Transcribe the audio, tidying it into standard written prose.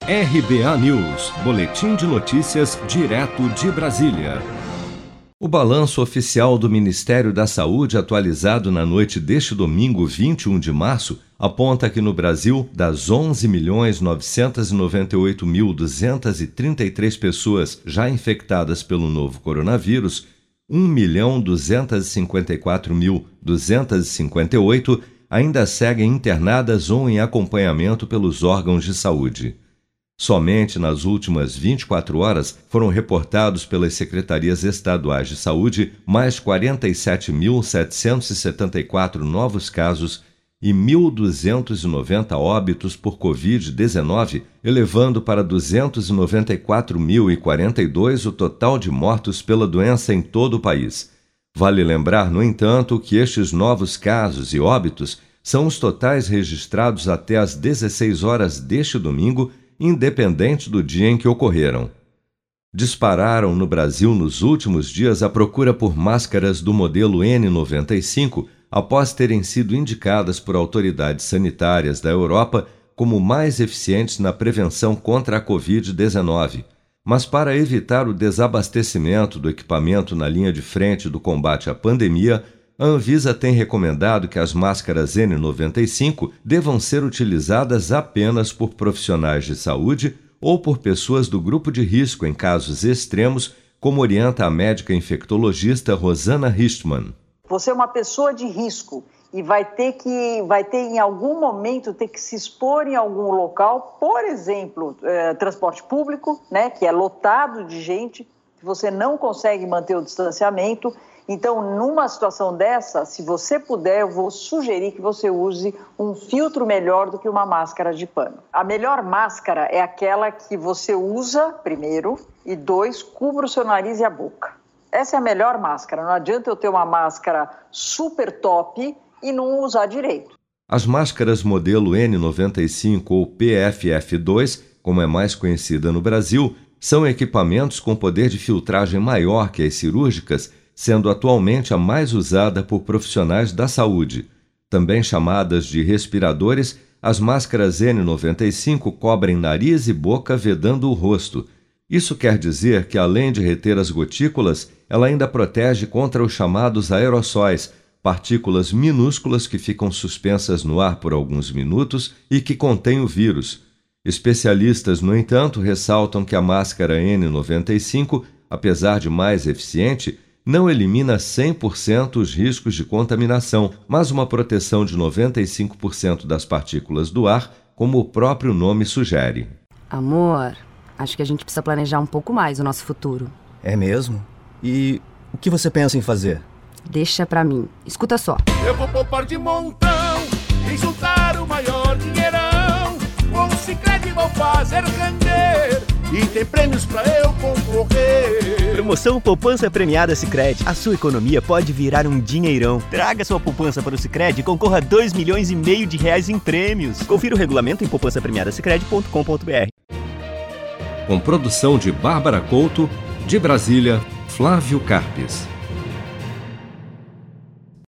RBA News, boletim de notícias direto de Brasília. O balanço oficial do Ministério da Saúde, atualizado na noite deste domingo, 21 de março, aponta que no Brasil, das 11.998.233 pessoas já infectadas pelo novo coronavírus, 1.254.258 ainda seguem internadas ou em acompanhamento pelos órgãos de saúde. Somente nas últimas 24 horas foram reportados pelas secretarias estaduais de saúde mais 47.774 novos casos e 1.290 óbitos por Covid-19, elevando para 294.042 o total de mortos pela doença em todo o país. Vale lembrar, no entanto, que estes novos casos e óbitos são os totais registrados até às 16 horas deste domingo, independente do dia em que ocorreram. Dispararam no Brasil nos últimos dias a procura por máscaras do modelo N95 após terem sido indicadas por autoridades sanitárias da Europa como mais eficientes na prevenção contra a Covid-19. Mas para evitar o desabastecimento do equipamento na linha de frente do combate à pandemia, a Anvisa tem recomendado que as máscaras N95 devam ser utilizadas apenas por profissionais de saúde ou por pessoas do grupo de risco em casos extremos, como orienta a médica infectologista Rosana Richtmann. Você é uma pessoa de risco e vai ter em algum momento ter que se expor em algum local, por exemplo, transporte público, né, que é lotado de gente, você não consegue manter o distanciamento. Então, numa situação dessa, se você puder, eu vou sugerir que você use um filtro melhor do que uma máscara de pano. A melhor máscara é aquela que você usa, primeiro, e dois, cubra o seu nariz e a boca. Essa é a melhor máscara. Não adianta eu ter uma máscara super top e não usar direito. As máscaras modelo N95 ou PFF2, como é mais conhecida no Brasil, são equipamentos com poder de filtragem maior que as cirúrgicas, sendo atualmente a mais usada por profissionais da saúde. Também chamadas de respiradores, as máscaras N95 cobrem nariz e boca vedando o rosto. Isso quer dizer que, além de reter as gotículas, ela ainda protege contra os chamados aerossóis, partículas minúsculas que ficam suspensas no ar por alguns minutos e que contêm o vírus. Especialistas, no entanto, ressaltam que a máscara N95, apesar de mais eficiente, não elimina 100% os riscos de contaminação, mas uma proteção de 95% das partículas do ar, como o próprio nome sugere. Amor, acho que a gente precisa planejar um pouco mais o nosso futuro. É mesmo? E o que você pensa em fazer? Deixa pra mim. Escuta só. Eu vou poupar de montão e juntar o maior dinheirão. Com o Sicredi vou fazer render e tem prêmios pra eu concorrer. Promoção Poupança Premiada Sicredi. A sua economia pode virar um dinheirão. Traga sua poupança para o Sicredi e concorra a 2,5 milhões de reais em prêmios. Confira o regulamento em poupancapremiadasicredi.com.br. Com produção de Bárbara Couto, de Brasília, Flávio Carpes.